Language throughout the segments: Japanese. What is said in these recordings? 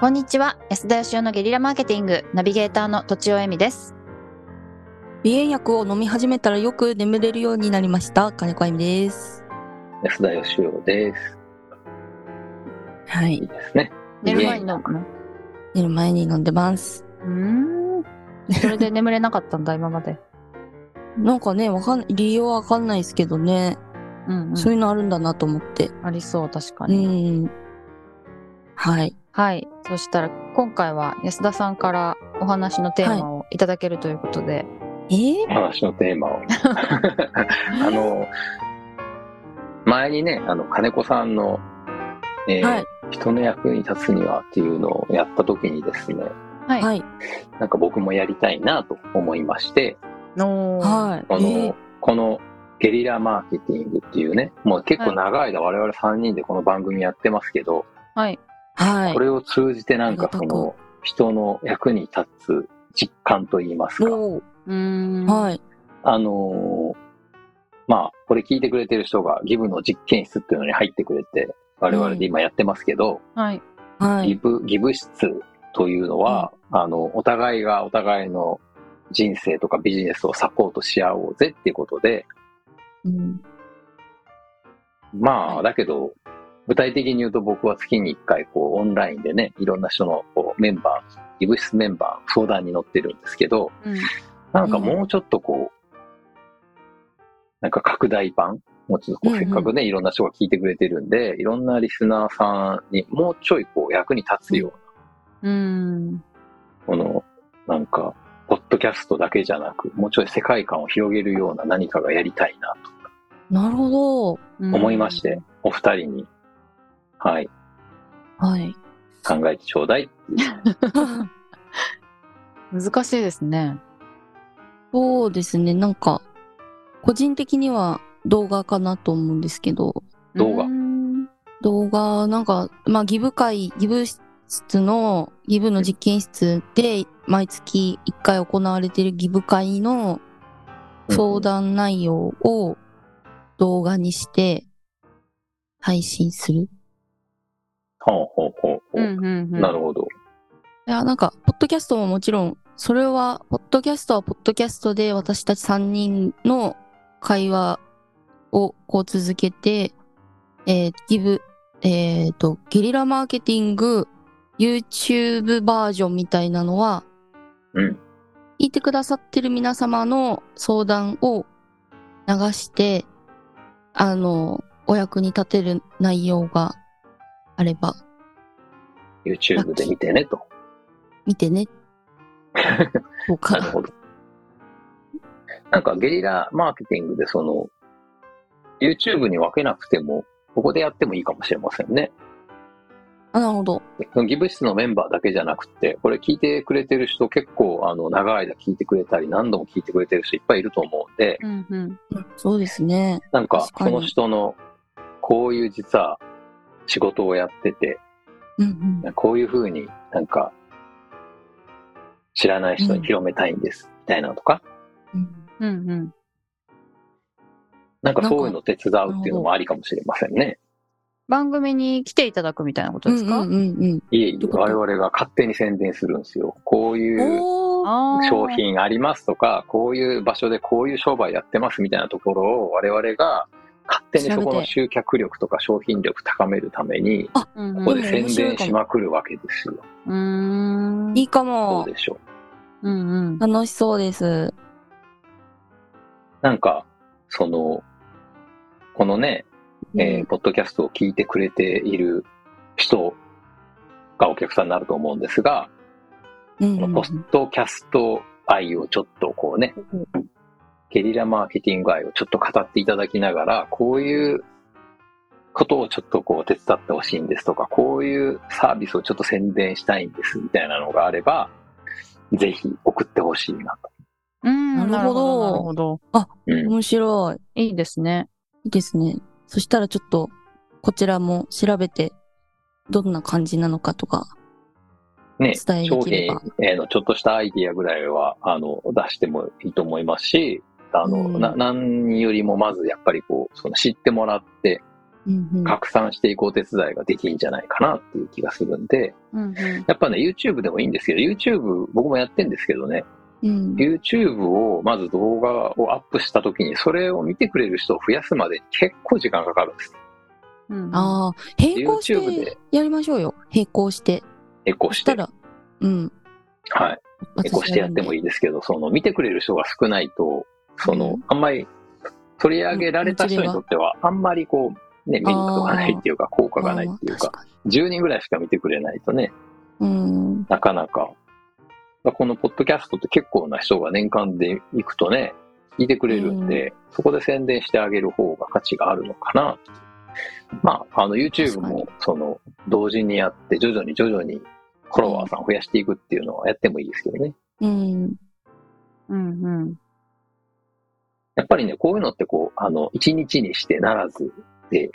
こんにちは、安田義生のゲリラマーケティングナビゲーターのとちおえみです。 鼻炎薬を飲み始めたらよく眠れるようになりました金子あゆみです。 安田義生です。 はい。 いいですね。 寝る前に飲むの？ 寝る前に飲んでます。 それで眠れなかったんだ今まで。 なんかね、理由はわかんないですけどね、そういうのあるんだなと思って。 ありそう、確かに。 はい。 はい。そしたら今回は安田さんからお話のテーマをいただけるということで。 お話のテーマを前にね、金子さんの、人の役に立つにはっていうのをやった時にですね、 はい。 なんか僕もやりたいなと思いまして、このゲリラマーケティングっていうね、もう結構長い間我々3人でこの番組やってますけど、これを通じてなんかその人の役に立つ実感といいますか、まあこれ聞いてくれてる人がギブの実験室っていうのに入ってくれて我々で今やってますけど、ギブ室というのは、お互いがお互いの人生とかビジネスをサポートし合おうぜっていうことで、まあだけど具体的に言うと僕は月に1回こうオンラインでね、いろんな人のこうメンバー、ギブ室メンバー相談に乗ってるんですけど、なんかもうちょっとこう、なんか拡大版、もうちょっとこうせっかくね、いろんな人が聞いてくれてるんで、いろんなリスナーさんにもうちょいこう役に立つような、このなんかポッドキャストだけじゃなく、もうちょい世界観を広げるような何かがやりたいなと。 なるほど。 思いまして、お二人に、考えてちょうだいっていう。 難しいですね。 そうですね。なんか個人的には動画かなと思うんですけど。動画なんかギブ室のギブの実験室で毎月1回行われているギブ会の相談内容を動画にして配信する。 なるほど。 いや、なんか、ポッドキャストももちろん、それは、ポッドキャストはポッドキャストで私たち3人の会話をこう続けて、ゲリラマーケティング YouTube バージョンみたいなのは、聞いてくださってる皆様の相談を流して、お役に立てる内容があれば。 YouTube で見てねと。 見てね。そうか。 なるほど。なんかゲリラマーケティングでその、YouTube に分けなくても、ここでやってもいいかもしれませんね。 なるほど。 ギブ室のメンバーだけじゃなくて、これ聞いてくれてる人結構長い間聞いてくれたり何度も聞いてくれてる人いっぱいいると思うんで、 そうですね。 なんかその人のこういう実は仕事をやってて、こういう風になんか知らない人に広めたいんです、みたいなのとか、なんかそういうのを手伝うっていうのもありかもしれませんね。 番組に来ていただくみたいなことですか？ いえ、我々が勝手に宣伝するんですよ。こういう商品ありますとか、こういう場所でこういう商売やってますみたいなところを我々が勝手にそこの集客力とか商品力高めるために、ここで宣伝しまくるわけですよ。 いいかも。 どうでしょう。楽しそうです。 なんか、このね、ポッドキャストを聞いてくれている人がお客さんになると思うんですが、ポッドキャスト愛をちょっとこうね、ゲリラマーケティング愛をちょっと語っていただきながら、こういうことをちょっとこう手伝ってほしいんですとか、こういうサービスをちょっと宣伝したいんですみたいなのがあれば、ぜひ送ってほしいなと。 なるほど。面白い。いいですね。 いいですね。そしたらちょっとこちらも調べてどんな感じなのかとかね、 伝えできれば。 商品のちょっとしたアイディアぐらいは出してもいいと思いますし、何よりもまずやっぱりこう知ってもらって、 拡散していくお手伝いができるんじゃないかなっていう気がするんで、やっぱね、YouTube でもいいんですけど、YouTube 僕もやってんですけどね、YouTube をまず動画をアップした時にそれを見てくれる人を増やすまでに結構時間かかるんです。 ああ、並行してやりましょうよ。並行して。 並行して。 そしたら、 はい。並行してやってもいいですけど、見てくれる人が少ないと、あんまり取り上げられた人にとっては、あんまりこう、ね、メリットがないっていうか、効果がないっていうか、10人ぐらいしか見てくれないとね、なかなか、このポッドキャストって結構な人が年間で行くとね、聞いてくれるんで、そこで宣伝してあげる方が価値があるのかな。まあ、YouTube も、同時にやって、徐々にフォロワーさんを増やしていくっていうのはやってもいいですけどね。やっぱりね、こういうのって一日にしてならずで、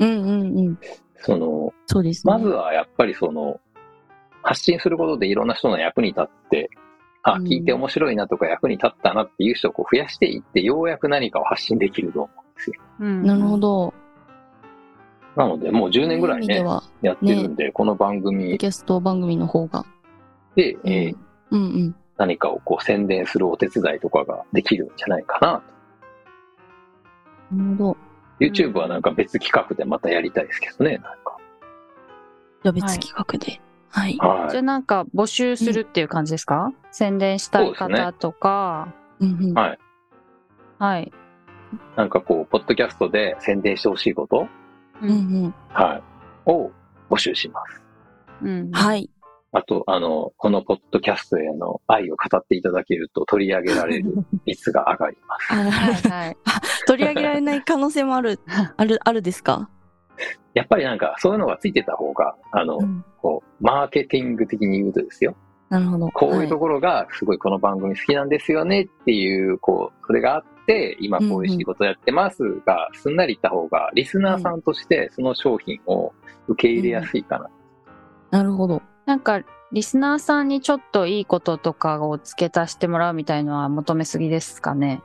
そうですね。 まずはやっぱり発信することでいろんな人の役に立って、聞いて面白いなとか役に立ったなっていう人を増やしていって、ようやく何かを発信できると思うんですよ。 なるほど。 なので、もう10年ぐらいね、やってるんで、この番組。 ポッドキャスト番組の方が。 で、何かを宣伝するお手伝いとかができるんじゃないかなと。 なるほど。 YouTube はなんか別企画でまたやりたいですけどね、なんか。 じゃあ別企画で。はい。 じゃあなんか募集するっていう感じですか？宣伝したい方とか。 はい。 はい。 なんかポッドキャストで宣伝してほしいことはい。を募集します。 はい。 あと、このポッドキャストへの愛を語っていただけると取り上げられる率が上がります。 はい。取り上げられない可能性もあるですか？ やっぱりなんかそういうのがついてた方が、マーケティング的に言うとですよ。 なるほど。 こういうところがすごいこの番組好きなんですよねっていう、それがあって、今こういう仕事やってますが、すんなり言った方が、リスナーさんとしてその商品を受け入れやすいかな。 なるほど。 なんか、リスナーさんにちょっといいこととかを付け足してもらうみたいのは求めすぎですかね。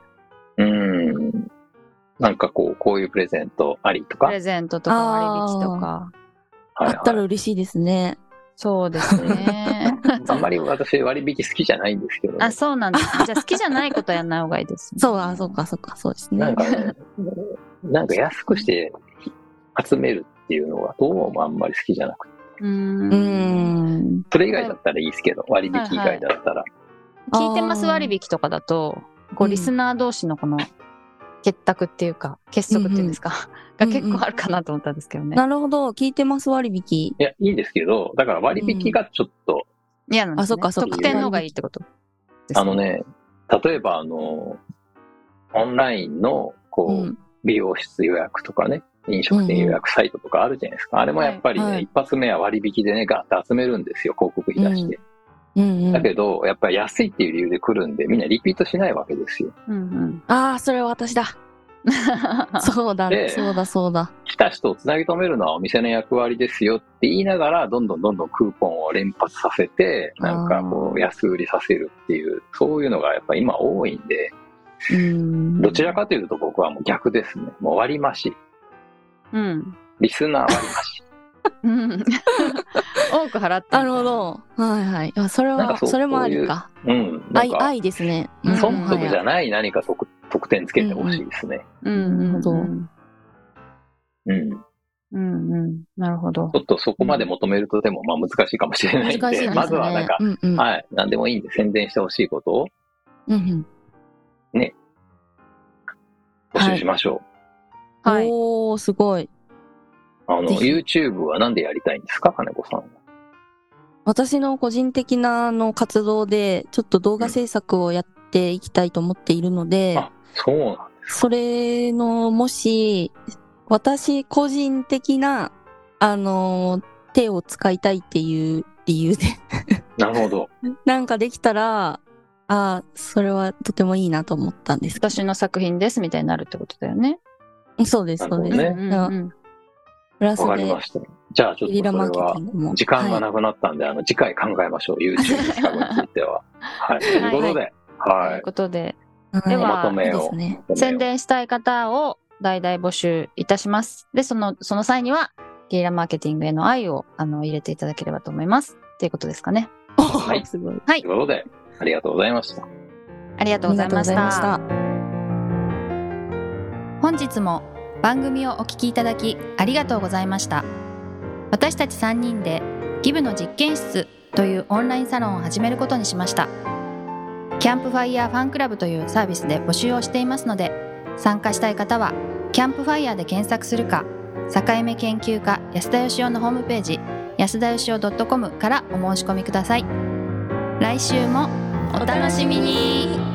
なんかこういうプレゼントありとか。 プレゼントとか割引とか。 あったら嬉しいですね。 そうですね。 あんまり私割引好きじゃないんですけど、ね。 そうなんです。じゃあ好きじゃないことはやんない方がいいです、 ね。そうか、そうですね。 なんか安くして集めるっていうのはどうもあんまり好きじゃなくて。それ以外だったらいいですけど、割引以外だったら。 聞いてます割引とかだと、リスナー同士のこの結託っていうか、結束っていうんですか、が結構あるかなと思ったんですけどね。 なるほど、聞いてます割引。 いや、いいんですけど、だから割引がちょっと、 嫌なんですね。特典の方がいいってことですね。 例えばオンラインの美容室予約とかね、飲食店予約サイトとかあるじゃないですか。あれもやっぱりね、一発目は割引でね、ガッと集めるんですよ、広告費出して。だけど、やっぱり安いっていう理由で来るんで、みんなリピートしないわけですよ。 それは私だ。そうだ。 来た人をつなぎ止めるのはお店の役割ですよって言いながら、どんどんクーポンを連発させて、なんか安売りさせるっていう、そういうのがやっぱ今多いんで、どちらかというと僕はもう逆ですね。もう割増。リスナー割増。多く払って。 なるほど。はい。それもありか。愛ですね。 損得じゃない何か特典つけてほしいですね。 なるほど。 なるほど。 ちょっとそこまで求めるとでも難しいかもしれないんで、まずはなんか、何でもいいんで宣伝してほしいことを、ね、募集しましょう。はい。おー、すごい。 YouTube はなんでやりたいんですか、金子さんは。 私の個人的な活動で、ちょっと動画制作をやっていきたいと思っているので、 そうなんですか。 それの、もし、私個人的な、手を使いたいっていう理由で。 なるほど。 なんかできたら、それはとてもいいなと思ったんですけど。 私の作品ですみたいになるってことだよね。 そうです。 わかりました。じゃあちょっとそれは時間がなくなったんで、次回考えましょう。YouTube 企画については。はい。ということで、 ということで、ではまとめを。 宣伝したい方を大々募集いたします。で、その際には、ゲリラマーケティングへの愛を入れていただければと思います。っていうことですかね。 はい。 すごい。 はい。 ということで、ありがとうございました。 ありがとうございました。本日も番組をお聞きいただきありがとうございました。私たち3人でギブの実験室というオンラインサロンを始めることにしました。キャンプファイヤーファンクラブというサービスで募集をしていますので、参加したい方はキャンプファイヤーで検索するか、境目研究家安田義雄のホームページ安田義雄 .com からお申し込みください。来週もお楽しみに。